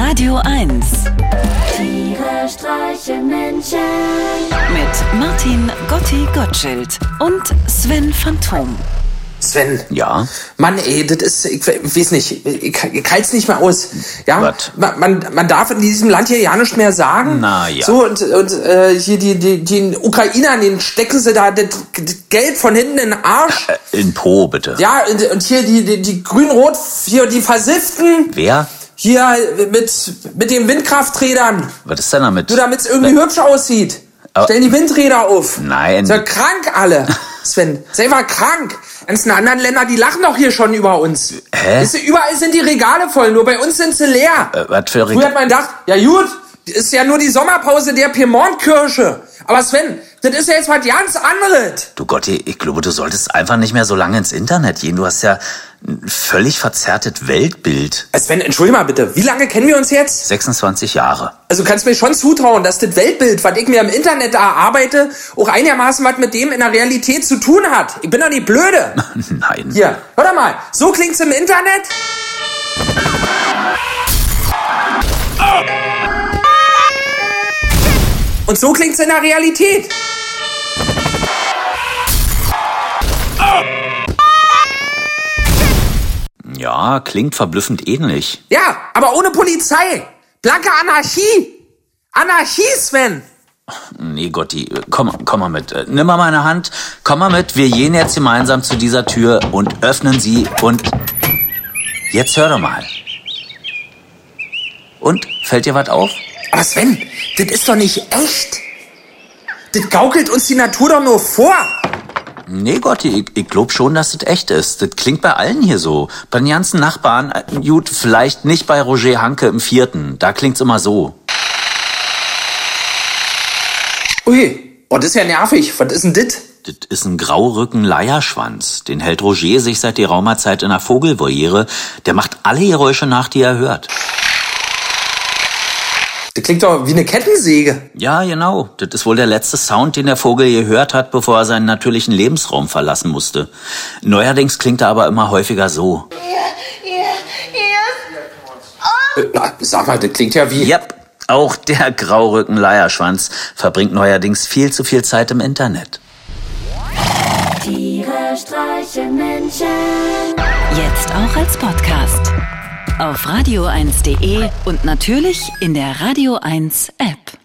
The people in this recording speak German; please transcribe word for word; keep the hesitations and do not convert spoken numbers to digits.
Radio eins. Tiere streichen Menschen. Mit Martin Gotti Gottschild und Sven Phantom. Sven. Ja? Mann, ey, das ist, ich, ich weiß nicht, ich, ich halt's nicht mehr aus. Ja? Was? Man, man, man darf in diesem Land hier ja nicht mehr sagen. Na ja. So, und, und äh, hier die, die, den Ukrainern, den stecken sie da das, das Geld von hinten in den Arsch. Äh, in Po, bitte. Ja, und, und hier die, die, die grün-rot, hier die Versifften. Wer? Hier mit, mit den Windkrafträdern. Was ist denn damit? Du, damit's irgendwie Na, hübsch aussieht. Aber- Stellen die Windräder auf. Nein. Sind krank alle, Sven. Selber krank. Ganzen anderen Länder, die lachen doch hier schon über uns. Hä? Weißt du, überall sind die Regale voll, nur bei uns sind sie leer. Äh, was für Früher hat man gedacht, ja gut, ist ja nur die Sommerpause der Piemont-Kirsche. Aber Sven, das ist ja jetzt was ganz anderes. Du Gotti, ich glaube, du solltest einfach nicht mehr so lange ins Internet gehen. Du hast ja ein völlig verzerrtes Weltbild. Äh, Sven, entschuldige mal bitte, wie lange kennen wir uns jetzt? sechsundzwanzig Jahre. Also kannst mir schon zutrauen, dass das Weltbild, was ich mir im Internet erarbeite, auch einigermaßen was mit dem in der Realität zu tun hat. Ich bin doch nicht blöde. Nein. Hier, hör doch mal, so klingt's im Internet. Und so klingt's in der Realität. Ja, klingt verblüffend ähnlich. Ja, aber ohne Polizei. Blanke Anarchie. Anarchie, Sven. Nee, Gotti, komm, komm mal mit. Nimm mal meine Hand, komm mal mit. Wir gehen jetzt gemeinsam zu dieser Tür und öffnen sie und... Jetzt hör doch mal. Und, fällt dir was auf? Aber Sven, das ist doch nicht echt. Das gaukelt uns die Natur doch nur vor. Nee, Gotti, ich, ich glaub schon, dass das echt ist. Das klingt bei allen hier so. Bei den ganzen Nachbarn, äh, gut, vielleicht nicht bei Roger Hanke im Vierten. Da klingt's immer so. Ui, boah, das ist ja nervig. Was ist denn das? Das ist ein Graurücken-Leierschwanz. Den hält Roger sich seit geraumer Zeit in der Vogelvoliere. Der macht alle Geräusche nach, die er hört. Das klingt doch wie eine Kettensäge. Ja, genau. Das ist wohl der letzte Sound, den der Vogel gehört hat, bevor er seinen natürlichen Lebensraum verlassen musste. Neuerdings klingt er aber immer häufiger so. Äh, na, sag mal, das klingt ja wie... Yep, auch der Graurücken-Leierschwanz verbringt neuerdings viel zu viel Zeit im Internet. Tiere streichen Menschen. Jetzt auch als Podcast. Auf radio eins punkt de und natürlich in der Radio eins App.